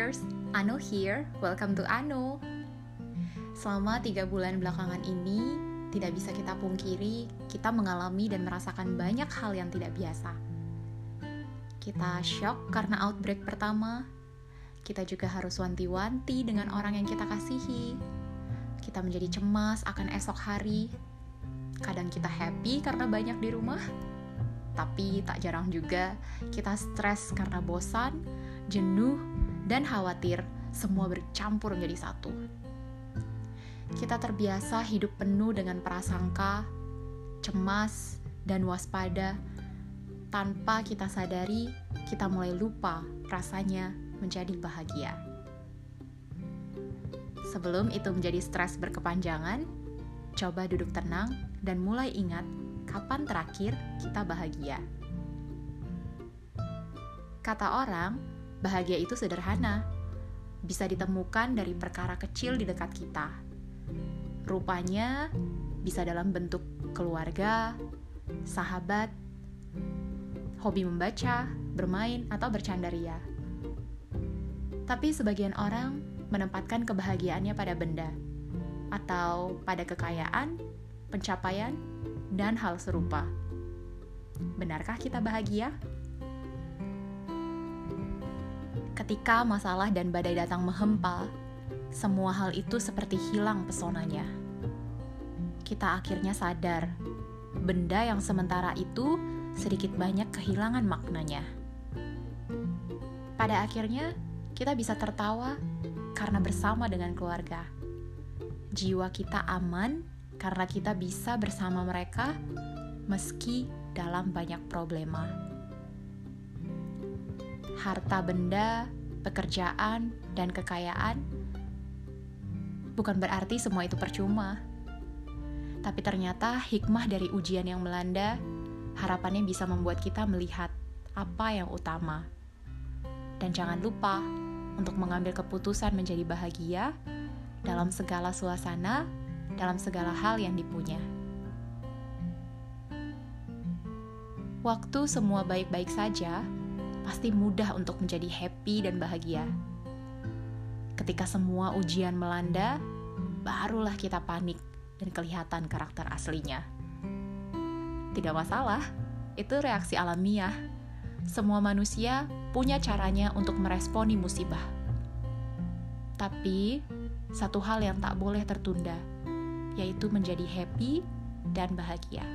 Lovers, Anu here, welcome to Anu. Selama 3 bulan belakangan ini, tidak bisa kita pungkiri, kita mengalami dan merasakan banyak hal yang tidak biasa. Kita shock karena outbreak pertama, kita juga harus wanti-wanti dengan orang yang kita kasihi. Kita menjadi cemas akan esok hari. Kadang kita happy karena banyak di rumah, tapi tak jarang juga kita stres karena bosan, jenuh, dan khawatir semua bercampur menjadi satu. Kita terbiasa hidup penuh dengan prasangka, cemas, dan waspada. Tanpa kita sadari, kita mulai lupa rasanya menjadi bahagia. Sebelum itu menjadi stres berkepanjangan, coba duduk tenang dan mulai ingat kapan terakhir kita bahagia. Kata orang, bahagia itu sederhana, bisa ditemukan dari perkara kecil di dekat kita. Rupanya bisa dalam bentuk keluarga, sahabat, hobi membaca, bermain, atau bercandaria. Tapi sebagian orang menempatkan kebahagiaannya pada benda, atau pada kekayaan, pencapaian, dan hal serupa. Benarkah kita bahagia? Ketika masalah dan badai datang menghempal, semua hal itu seperti hilang pesonanya. Kita akhirnya sadar, benda yang sementara itu sedikit banyak kehilangan maknanya. Pada akhirnya, kita bisa tertawa karena bersama dengan keluarga. Jiwa kita aman karena kita bisa bersama mereka meski dalam banyak problema. Harta benda, pekerjaan, dan kekayaan bukan berarti semua itu percuma. Tapi ternyata hikmah dari ujian yang melanda, harapannya bisa membuat kita melihat apa yang utama. Dan jangan lupa untuk mengambil keputusan menjadi bahagia dalam segala suasana, dalam segala hal yang dipunya. Waktu semua baik-baik saja, pasti mudah untuk menjadi happy dan bahagia. Ketika semua ujian melanda, barulah kita panik dan kelihatan karakter aslinya. Tidak masalah, itu reaksi alamiah. Semua manusia punya caranya untuk meresponi musibah. Tapi, satu hal yang tak boleh tertunda, yaitu menjadi happy dan bahagia.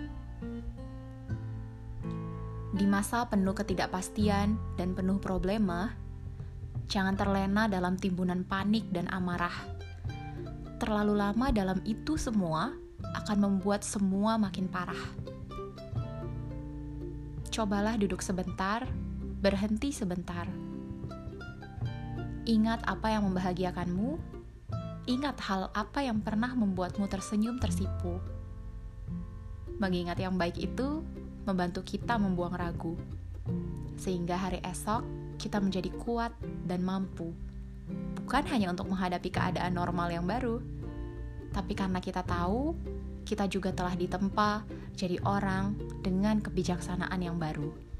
Di masa penuh ketidakpastian dan penuh problema, jangan terlena dalam timbunan panik dan amarah. Terlalu lama dalam itu semua akan membuat semua makin parah. Cobalah duduk sebentar, berhenti sebentar. Ingat apa yang membahagiakanmu, ingat hal apa yang pernah membuatmu tersenyum tersipu. Mengingat yang baik itu membantu kita membuang ragu, sehingga hari esok kita menjadi kuat dan mampu, bukan hanya untuk menghadapi keadaan normal yang baru, tapi karena kita tahu kita juga telah ditempa jadi orang dengan kebijaksanaan yang baru.